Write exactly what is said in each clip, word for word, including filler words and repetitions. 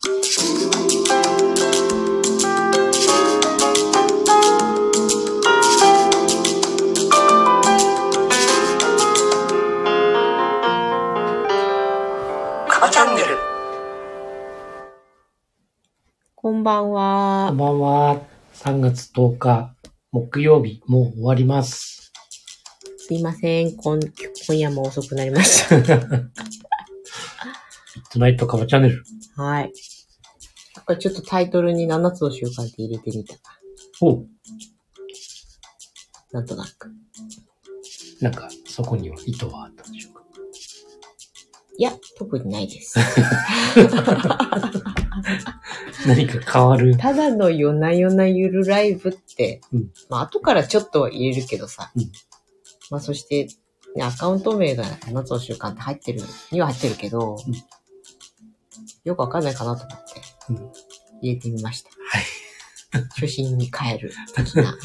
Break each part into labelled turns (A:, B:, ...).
A: チャンネル。
B: こんばんは。
C: こんばんは。さんがつとおか木曜日、もう終わります。
B: すいません。今, 今夜も遅くなりました。ミッ
C: ドナイトカバチャンネル。
B: はい。これちょっとタイトルにななつの習慣って入れてみた。
C: おう。
B: なんとなく。
C: なんか、そこには意図はあったんでしょうか？
B: いや、特にないです。
C: 何か変わる。
B: ただの夜な夜なゆるライブって、うん、まあ後からちょっとは言えるけどさ。うん、まあそして、ね、アカウント名がななつの習慣って入ってる、には入ってるけど、うん、よくわかんないかなと思って、うん、入れてみました。
C: はい。
B: 初心に帰る的な。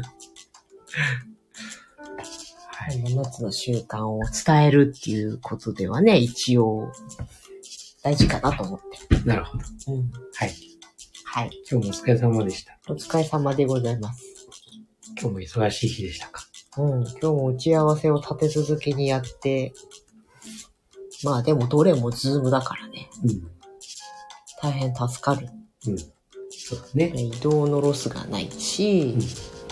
B: はい、ななつの習慣を伝えるっていうことではね、一応大事かなと思って。
C: なるほど。うん、はい。
B: はい。
C: 今日もお疲れ様でした。
B: お疲れ様でございます。
C: 今日も忙しい日でしたか？
B: うん。今日も打ち合わせを立て続けにやって、まあでもどれもズームだからね。うん。大変助かる。
C: うん。そうだね。
B: 移動のロスがないし、うん、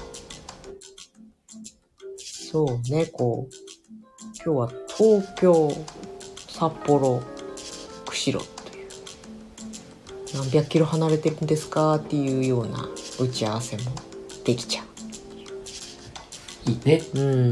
B: そうね、こう、今日は東京、札幌、釧路という、何百キロ離れてるんですかっていうような打ち合わせもできちゃ
C: う。いいね。
B: うん。うん、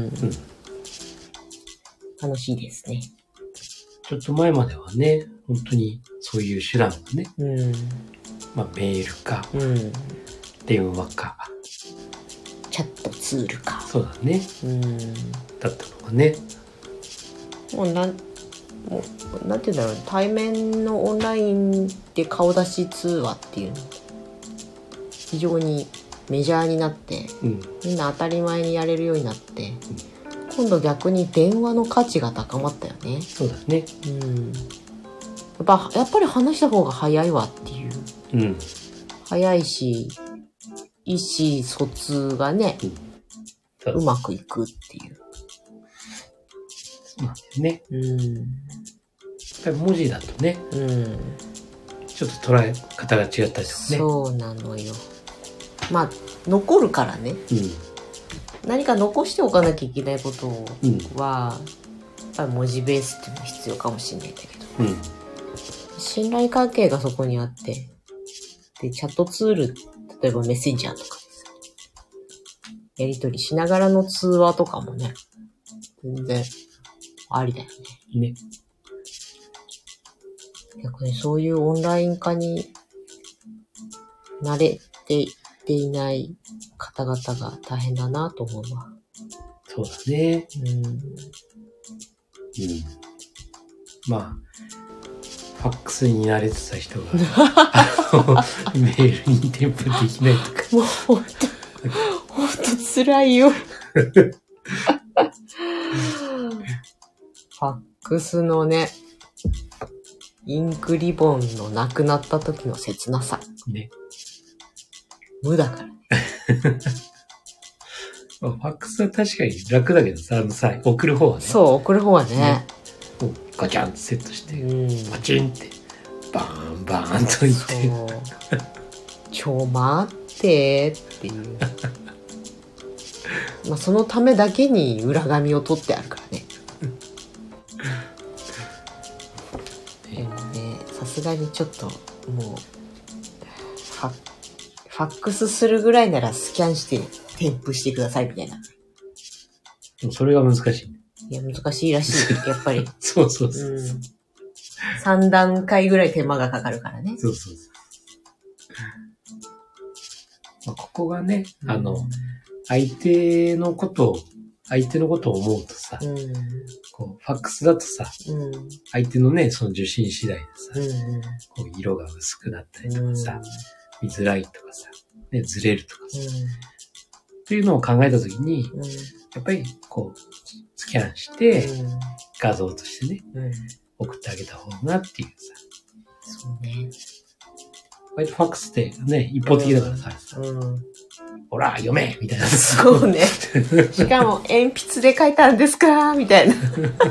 B: 楽しいですね。
C: ちょっと前まではね、本当にそういう手段がね、うん、まあメールか、うん、電話か、
B: チャットツールか。
C: そうだね。うん。だったのがね。
B: もうなん、もうなんていうんだろう、対面のオンラインで顔出し通話っていうの非常にメジャーになって、うん、みんな当たり前にやれるようになって、うん、今度逆に電話の価値が高まったよね。
C: そうだね。
B: うん。やっぱやっぱり話した方が早いわっていう。うん。早いし。意思疎通がね、うん、うまくいくっていう。
C: そうなんだよね。うん。やっぱり文字だとね、うん、ちょっと捉え方が違ったりとかね。
B: そうなのよ。まあ残るからね、うん。何か残しておかなきゃいけないことは、うん、やっぱり文字ベースっていうのが必要かもしれないんだけど、うん、信頼関係がそこにあって、でチャットツール例えばメッセンジャーとかでさ、やり取りしながらの通話とかもね、全然ありだよね。ね。逆にそういうオンライン化に慣れていっていない方々が大変だなと思うわ。
C: そうだね。うん。うん。まあ、ファックスに慣れてた人がメールに添付できないとか。
B: もうほんと、ほんと辛いよ。ファックスのね、インクリボンのなくなった時の切なさ。ね。無だからね。
C: ファックスは確かに楽だけどさ、あのさ、送る方はね。
B: そう、送る方はね。ね、
C: もうガチャンとセットして、うん、パチンってバーンバーンといって
B: ちょ待ってっていうまあそのためだけに裏紙を取ってあるからねでもね、さすがにちょっともうファ、ファックスするぐらいならスキャンして添付してくださいみたいな。
C: でもそれが難しい。
B: いや、難しいらしい。やっぱり。
C: そうそうそう。うん、
B: さん段階ぐらい手間がかかるからね。
C: そうそうそう。まあ、ここがね、うん、あの、相手のことを、相手のことを思うとさ、うん、こうファックスだとさ、うん、相手のね、その受信次第でさ、うん、こう色が薄くなったりとかさ、うん、見づらいとかさ、ね、ずれるとかさ、うん、っていうのを考えたときに、うん、やっぱりこう、スキャンして、うん、画像としてね、うん、送ってあげた方がっていうさ。
B: そうね。
C: 割とファックスってね、一方的だからさ、
B: うん。
C: ほら、読めみたいな。
B: そうね。しかも、鉛筆で書いたんですかみたいな。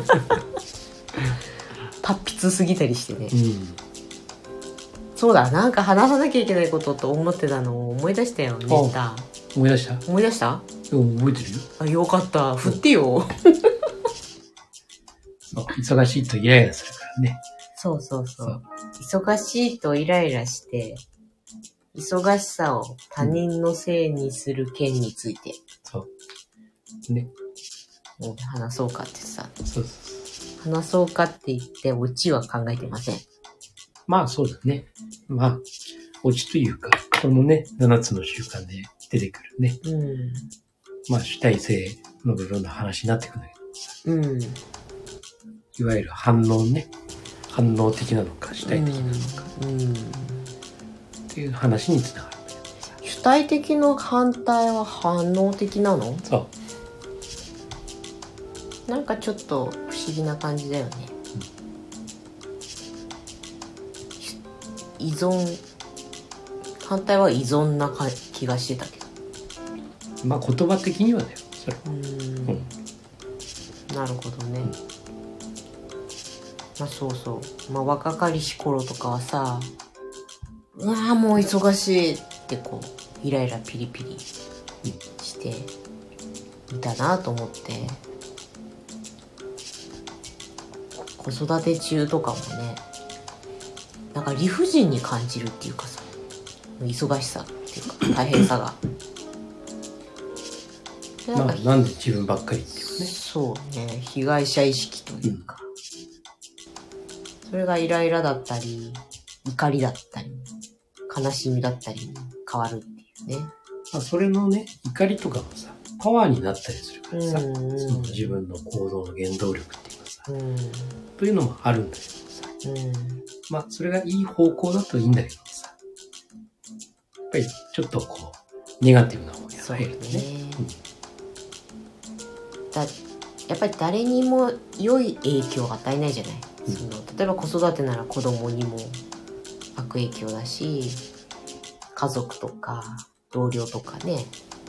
B: 達筆すぎたりしてね。うん。そうだ、なんか話さなきゃいけないことと思ってたのを思い出したよ、ネタ。
C: 思い出した
B: 思い出した？
C: うん、覚えてるよ。
B: あ、よかった。振ってよ。
C: そう、忙しいとイライラするからね。
B: そうそうそう。そう忙しいとイライラして、忙しさを他人のせいにする件について。
C: そう。ね。
B: 話そうかってさ。
C: そうそうそう。
B: 話そうかって言って、オチは考えてません。
C: まあそうだね。まあ、オチというか、このね、ななつの習慣で出てくるね。うん。まあ主体性の部分の話になってくるんだけどさ。うん。いわゆる反応ね。反応的なのか、主体的なのか。うん。うん、っていう話につながるんだけどさ。
B: 主体的の反対は反応的なの？
C: そう。
B: なんかちょっと不思議な感じだよね。うん、依存、反対は依存な気がしてたけど。
C: まあ言葉的にはだよ、それ。うん、うん。
B: なるほどね。うん、まあそうそう。まあ若かりし頃とかはさ、うわあもう忙しいってこうイライラピリピリしていたなと思って。子育て中とかもね、なんか理不尽に感じるっていうかさ、忙しさっていうか大変さが。
C: なんかなんで自分ばっかりっていうかね。
B: そうね、被害者意識というか、うん、それがイライラだったり、怒りだったり、悲しみだったりに変わるっていうね。
C: まあそれのね、怒りとかもさ、パワーになったりするからさ、うんうん、その自分の行動の原動力っていうかさ、うん、というのもあるんだけどさ、うん、まあそれがいい方向だといいんだけどさ、やっぱりちょっとこうネガティブな方に入るとね。うん、
B: だやっぱり誰にも良い影響を与えないじゃない。うん、その例えば子育てなら子供にも悪影響だし、家族とか同僚とかね。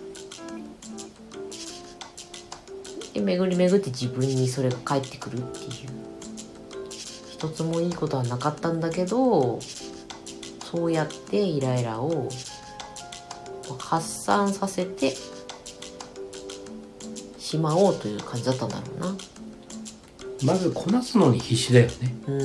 B: で巡り巡って自分にそれが返ってくるっていう。一つもいいことはなかったんだけど、そうやってイライラを発散させてしまおうという感じだったんだろうな。
C: まずこなすのに必死だよね。うん、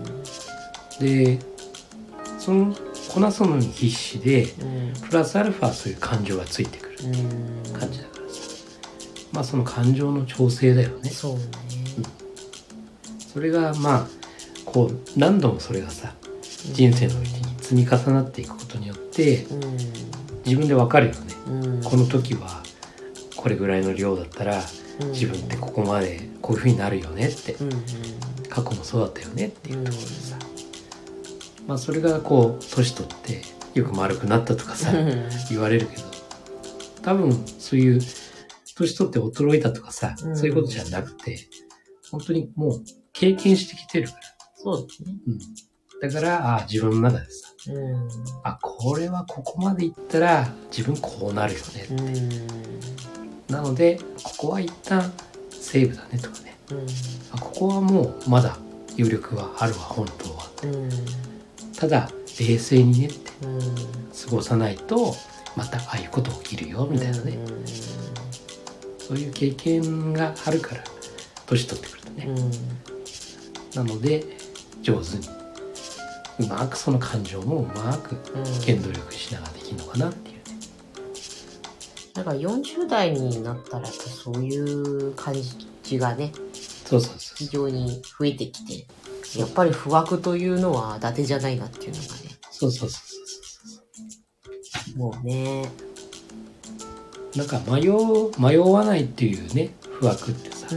C: で、そのこなすのに必死で、うん、プラスアルファそういう感情がついてくる感じだからさ、まあその感情の調整だよね。
B: そうね。うん、
C: それがまあこう何度もそれがさ、人生のうちに積み重なっていくことによって、うん、自分でわかるよね。うん、この時はこれぐらいの量だったら、うん、自分ってここまでこういう風になるよねって、うんうん、過去もそうだったよねっていうところでさ、うん、まあそれがこう年取ってよく丸くなったとかさ、うん、言われるけど、多分そういう年取って衰えたとかさ、うん、そういうことじゃなくて、本当にもう経験してきてるから。
B: そうですね。
C: うん、だから、あ自分の中でさ、うん、あ、これはここまでいったら自分こうなるよねって。うん、なので、ここは一旦セーブだねとかね。うん、あここはもうまだ余力はあるわ、本当は。うん、ただ、冷静にねって、うん、過ごさないと、またああいうこと起きるよ、みたいなね。うん、そういう経験があるから、年取ってくるとね。うん、なので、上手にうまくその感情もうまく原動力しながらできるのかなっていうね。
B: だからよんじゅう代になったらそういう感じがね、
C: そうそうそう、
B: 非常に増えてきて、やっぱり不惑というのは伊達じゃないなっていうのがね。
C: そうそうそうそう
B: そう。もうね。
C: なんか迷う迷わないっていうね不惑ってさ、うん、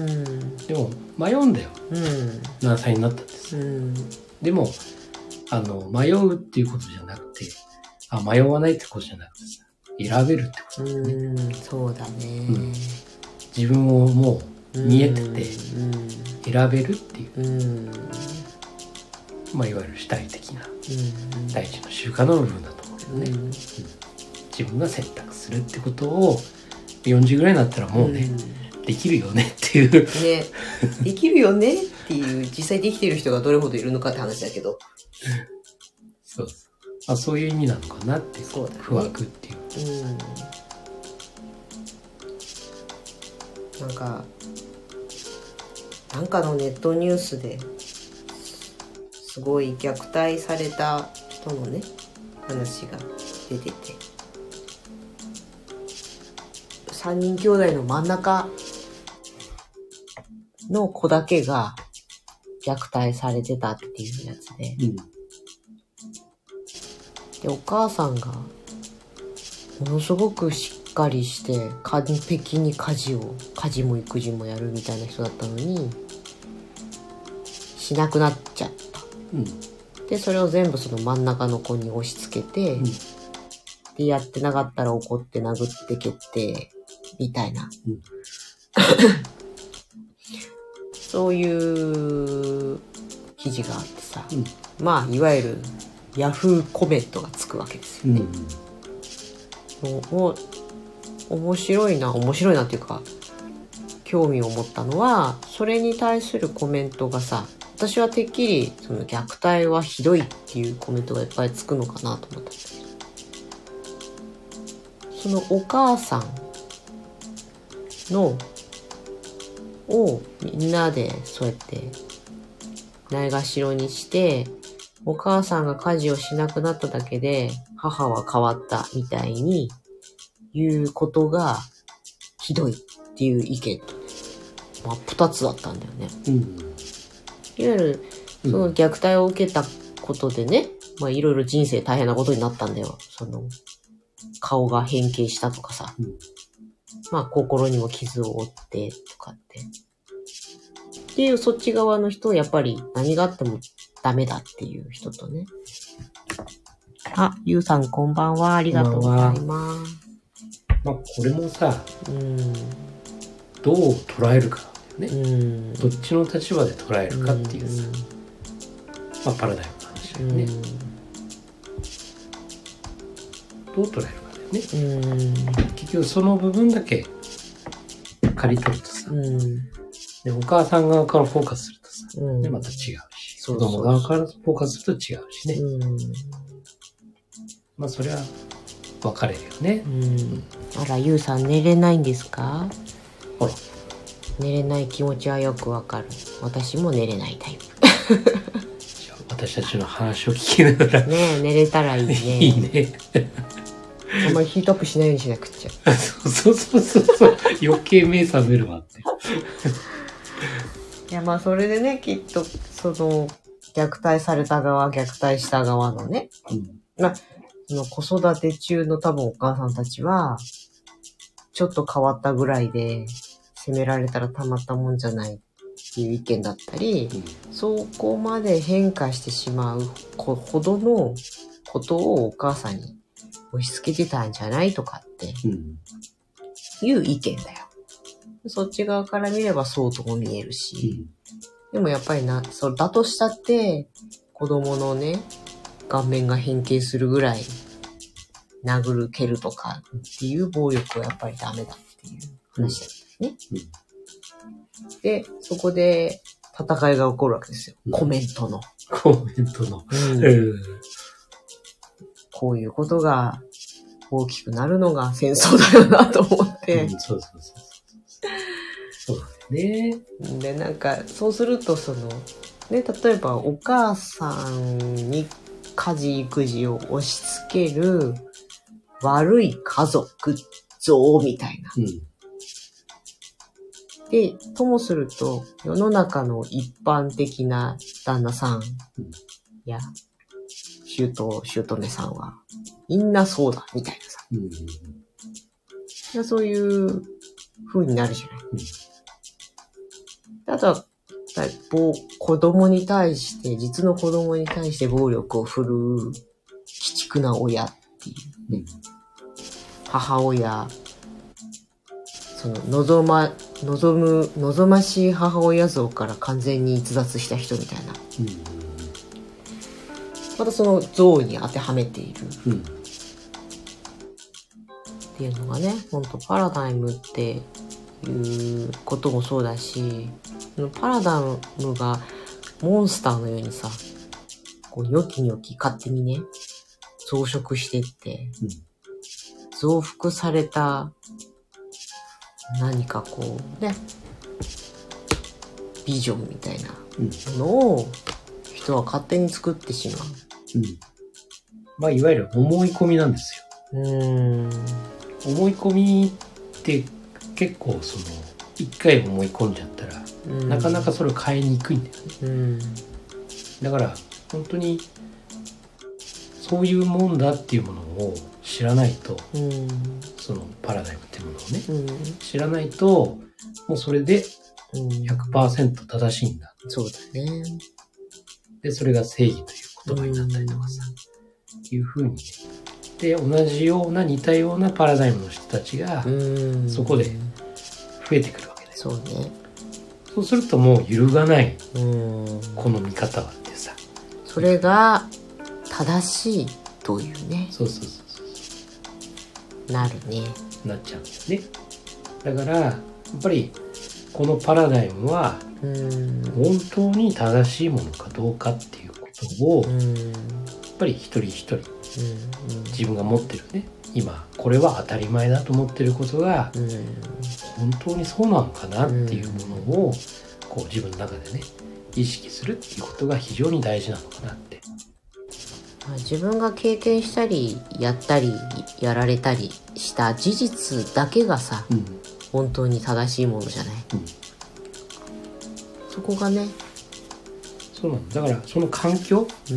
C: でも迷うんだよ。うん、何歳になったってさ。うん、でもあの迷うっていうことじゃなくて、あ迷わないってことじゃなくてさ、選べるってことだよね。うん、
B: そうだね、うん。
C: 自分をもう見えてて選べるっていう、うん、まあいわゆる主体的な大事な習中間の部分だと思うけどね、うん、自分が選択するってことをよんじゅうぐらいになったらもうね、うん、できるよねっていう
B: ね、できるよねっていう実際できている人がどれほどいるのかって話だけど
C: そうそう、あ、そういう意味なのかなっていう、そうだね、不惑っていう、
B: うん、なんかなんかのネットニュースですごい虐待された人のね話が出てて、さんにん兄弟の真ん中の子だけが虐待されてたっていうやつで、うん、でお母さんがものすごくしっかりして完璧に家事を家事も育児もやるみたいな人だったのにしなくなっちゃった、うん、でそれを全部その真ん中の子に押し付けて、うん、でやってなかったら怒って殴って蹴ってみたいな、うん、そういう記事があってさ、うん、まあいわゆるヤフーコメントがつくわけですよね、うん、もう面白いな面白いなっていうか興味を持ったのはそれに対するコメントがさ、私はてっきりその虐待はひどいっていうコメントがいっぱいつくのかなと思ったんだけど、そのお母さんのをみんなでそうやってないがしろにして、お母さんが家事をしなくなっただけで母は変わったみたいに言うことがひどいっていう意見と真っ二つだったんだよね、うん、いわゆるその虐待を受けたことでね、まあいろいろ人生大変なことになったんだよ。その顔が変形したとかさ、うん、まあ心にも傷を負ってとかってっていうそっち側の人はやっぱり何があってもダメだっていう人とね。あ、ゆうさんこんばんは、ありがとうございます。
C: まあこれもさ、うん、どう捉えるかなんだよね、うん、どっちの立場で捉えるかっていうさ、うん、まあパラダイムの話だよね、うん、どう捉えるかだよね、うん、結局その部分だけ刈り取るとさ、うん、でお母さん側からフォーカスするとさ、うん、でまた違うし、子供側からフォーカスすると違うしね、うん、まあそれは分かれるよね、うんうん、
B: あら、ゆうさん寝れないんですか？ほら、寝れない気持ちはよくわかる。私も寝れないタイプ。
C: じゃあ私たちの話を聞きながら
B: ねえ、寝れたらいいね。
C: いいね。
B: あんまりヒートアップしないようにしなくちゃ。
C: そうそうそうそう。余計目覚めるわって。
B: いやまあそれでね、きっとその虐待された側、虐待した側のね、うん、まあその子育て中の多分お母さんたちはちょっと変わったぐらいで責められたらたまったもんじゃないっていう意見だったり、うん、そこまで変化してしまうほどのことをお母さんに押し付けてたんじゃないとかっていう意見だよ。そっち側から見ればそうとも見えるし、うん、でもやっぱりな、そうだとしたって子供のね顔面が変形するぐらい殴る蹴るとかっていう暴力はやっぱりダメだっていう話だったよね、うんうん、でそこで戦いが起こるわけですよ、うん、コメントの
C: コメントの、うん
B: うん、こういうことが大きくなるのが戦争だよなと思って、うん、そうそうそう
C: そうだね。
B: でなんかそうするとそのね、例えばお母さんに家事育児を押し付ける悪い家族像みたいな、うん、でともすると世の中の一般的な旦那さんや姑姑さんはみんなそうだみたいなさ、うん、そういう風になるじゃない、うん、あとは子供に対して実の子供に対して暴力を振るう鬼畜な親っていうね、母親、その望ま望む望ましい母親像から完全に逸脱した人みたいな、うん、 またその像に当てはめている、
C: うん、
B: っていうのがね、ほんとパラダイムっていうこともそうだし、パラダイムがモンスターのようにさ、こうニョキニョキ勝手にね増殖していって、うん、増幅された何かこうねビジョンみたいなものを人は勝手に作ってしまう、うん、
C: まあいわゆる思い込みなんですよ。うーん、思い込みって結構その一回思い込んじゃったら、うん、なかなかそれを変えにくいんだよね、うん、だから本当にそういうもんだっていうものを知らないと、うん、そのパラダイムっていうものをね、うん、知らないともうそれで ひゃくパーセント 正しいんだ、
B: うん、そうだね。
C: でそれが正義という言葉になったりとかさ、うん、いうふうにね、で同じような似たようなパラダイムの人たちがそこで増えてくるわけだよ。
B: そうね。
C: そうするともう揺るがない、うんこの見方はってさ、
B: それが正しいというね。
C: そうそうそう
B: そうなるね。
C: なっちゃうんだよね。だからやっぱりこのパラダイムは本当に正しいものかどうかっていうことをやっぱり一人一人自分が持ってるね、今これは当たり前だと思ってることが本当にそうなのかなっていうものをこう自分の中でね意識するっていうことが非常に大事なのかなって。
B: 自分が経験したりやったりやられたりした事実だけがさ、うん、本当に正しいものじゃない、うん、そこがね。
C: そうなんだ。だからその環境、うん、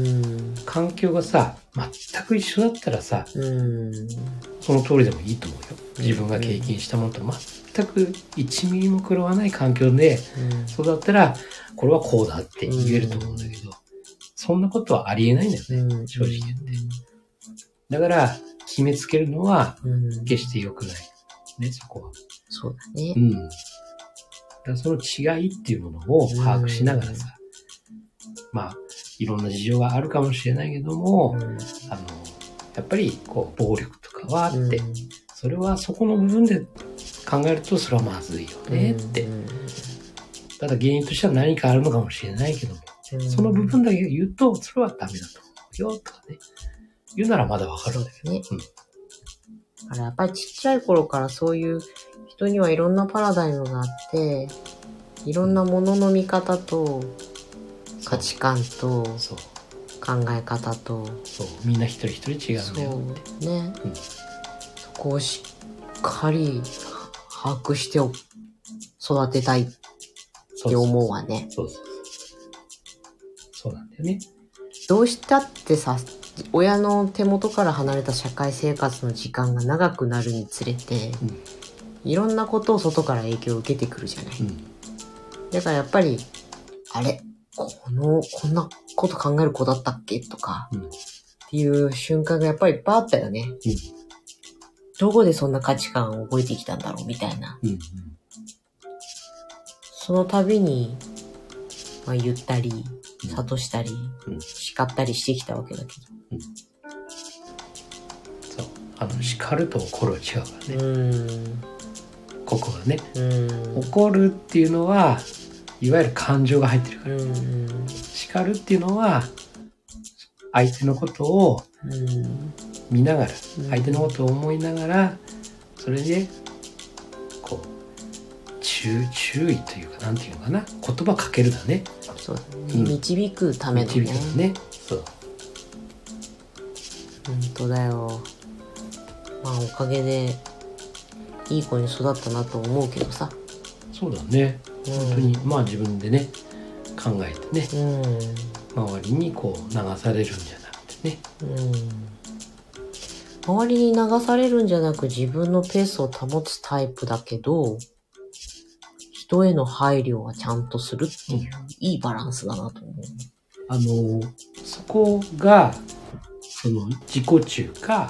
C: 環境がさ全く一緒だったらさ、うん、その通りでもいいと思うよ。自分が経験したものと全くいちミリも狂わない環境で、うん、そうだったらこれはこうだって言えると思うんだけど、うん、そんなことはありえないんだよね、うん、正直言って。だから決めつけるのは決して良くない、うん、ね、そこは。
B: そうだね。
C: うん。だからその違いっていうものを把握しながらさ、まあいろんな事情があるかもしれないけども、うん、あのやっぱりこう暴力とかはあって、うん、それはそこの部分で考えるとそれはまずいよねって、うん、ただ原因としては何かあるのかもしれないけども、うん、その部分だけ言うとそれはダメだと思うよとかね言うならまだわかるんだけどね、うん、
B: だからやっぱりちっちゃい頃からそういう人にはいろんなパラダイムがあっていろんなものの見方と価値観と考え方と
C: そうみんな一人一人違うんだよって
B: そうね、うん、そこをしっかり把握して育てたいって思うわね。
C: そうそうそうそうなんだよね。
B: どうしたってさ親の手元から離れた社会生活の時間が長くなるにつれて、うん、いろんなことを外から影響を受けてくるじゃない、うん、だからやっぱりあれこのこんなこと考える子だったっけとか、うん、っていう瞬間がやっぱりいっぱいあったよね、うん、どこでそんな価値観を覚えてきたんだろうみたいな、うんうん、その度に、まあ、言ったり諭したり、うん、叱ったりしてきたわけだけど、うん、
C: そうあの叱ると怒るは違うからね。うんここがねうん怒るっていうのはいわゆる感情が入ってるから、うん叱るっていうのは相手のことを見ながら、うん、相手のことを思いながらそれでこう 注, 注意というかなんていうのかな言葉かけるだね。
B: そうだね、うん、導くためのね。
C: 導くね。そう
B: 本当だよ。まあおかげでいい子に育ったなと思うけどさ。
C: そうだね、うん、本当にまあ自分でね考えてね、うん、周りにこう流されるんじゃなくてね、
B: うん、周りに流されるんじゃなく自分のペースを保つタイプだけど人への配慮はちゃんとするっていう、うん、いいバランスだなと思う。
C: あのそこがその自己中か、
B: うん、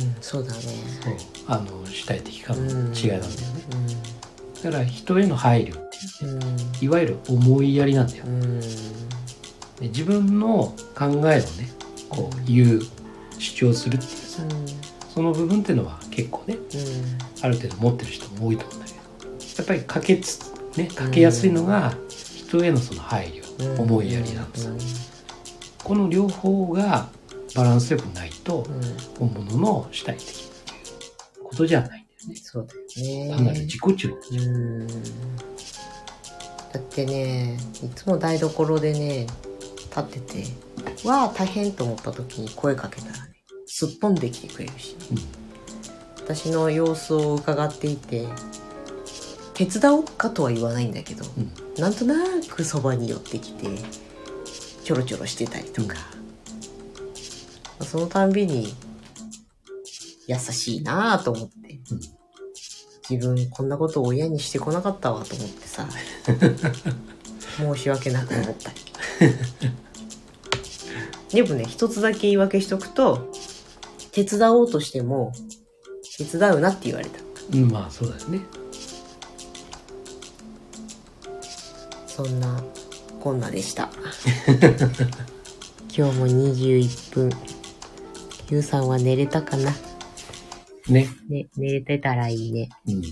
B: そうだね。
C: そうあの主体的かの違いなんだよね、うんうん、だから人への配慮っていうね、うん、いわゆる思いやりなんだよ、うん、で自分の考えをねこう言う、主張するっていうさ、
B: うん、
C: その部分っていうのは結構ね、
B: うん、
C: ある程度持ってる人も多いと思うんだけど、やっぱりかけつ、ね、かけやすいのが人へのその配慮、うん、思いやりなんです、うん、この両方がバランスよくないと、うん、本物の主体的っていうことじゃないんだよね。
B: そうだよね。
C: 単なる自己中になっちゃう。うん、
B: だってね、いつも台所でね立ってて、わあ大変と思った時に声かけたらね、すっぽんできてくれるし、ね、うん、私の様子を伺っていて、手伝おうかとは言わないんだけど、うん、なんとなくそばに寄ってきてちょろちょろしてたりとか、うん、そのたんびに優しいなぁと思って、うん、自分こんなことを親にしてこなかったわと思ってさ申し訳なく思ったりでもね、一つだけ言い訳しとくと、手伝おうとしても手伝うなって言われた。
C: うん、まあそうだよね。
B: そんなこんなでした今日もにじゅういっぷん。ゆうさんは寝れたかな
C: ね。
B: ね、寝れてたらいいね。
C: うん。
B: はい。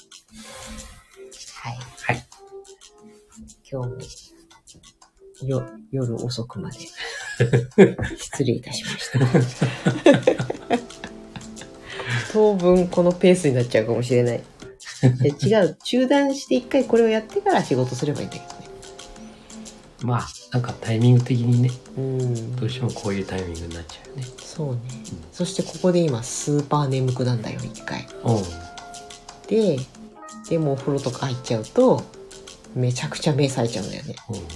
C: はい。
B: 今日もよ夜遅くまで失礼いたしました当分このペースになっちゃうかもしれない。で違う、中断して一回これをやってから仕事すればいいんだけどね。
C: まあなんかタイミング的にね、
B: うん、
C: どうしてもこういうタイミングになっちゃうよね。
B: そうね、うん、そしてここで今スーパー眠くなんだよ一回。ででもお風呂とか入っちゃうとめちゃくちゃ目冴えちゃうんだよね。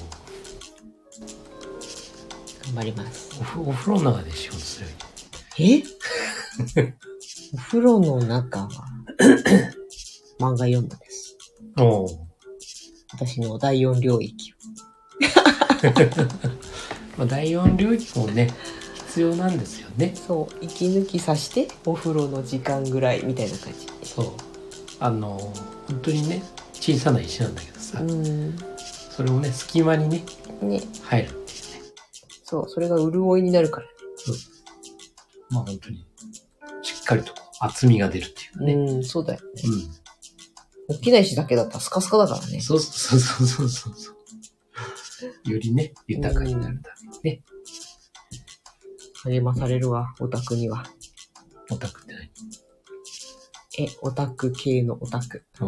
B: 頑張ります。
C: お, お風呂の中で仕事すれば
B: いい。えお風呂の中は漫画読むんです。
C: お
B: 私のだいよん領域を
C: まあだいよん領域もね必要なんですよね。
B: そう、息抜きさしてお風呂の時間ぐらいみたいな感じ。
C: そう、あの本当にね小さな石なんだけどさ、うん、それもね隙間にね
B: ね
C: 入るっていうね。
B: そう、それが潤いになるからね。
C: そうそう、まあ本当にしっかりと厚みが出るっていうね。
B: うん、そうだよね。うん。起きない石だけだったらスカスカだからね。
C: そうそうそうそうそうそう。よりね豊かになるためにね。
B: 励まされるわ、オタクには。
C: オタクって何？
B: え、オタク系のオタク。
C: うん、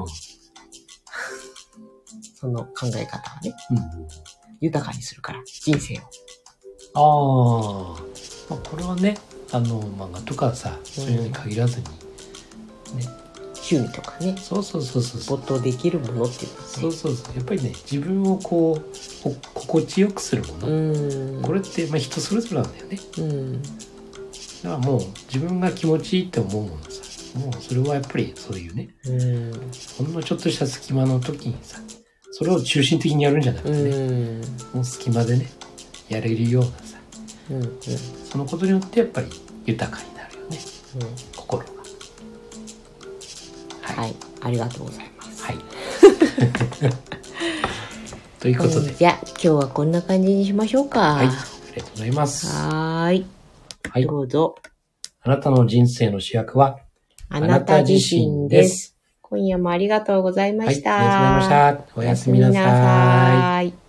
B: その考え方はね、
C: うん、
B: 豊かにするから人生
C: を。ああ、まあ、これはね、あの漫画とかさ、そういうのに限らずに、うん、ね、
B: 趣味とかね、
C: そうそうそうそう、
B: 没頭できるものっていうのはね、
C: そうそうそう、やっぱりね、自分をこう心地よくするもの、うん、これってまあ人それぞれなんだよね。うん、だからもう自分が気持ちいいって思うものさ、もうそれはやっぱりそういうね、うん、ほんのちょっとした隙間の時にさ、それを中心的にやるんじゃなくてね、うん、もう隙間でねやれるようなさ、うんうん、そのことによってやっぱり豊かになるよね、うん、心が。
B: はい、はい、ありがとうございます。
C: はい。ということで、
B: じゃあ今日はこんな感じにしましょうか。
C: はい、ありがとうございます。
B: はい。はい、どうぞ。
C: あなたの人生の主役は
B: あなた自身です。今夜もありがとうございました。
C: はい、ありがとうございました。おやすみなさい。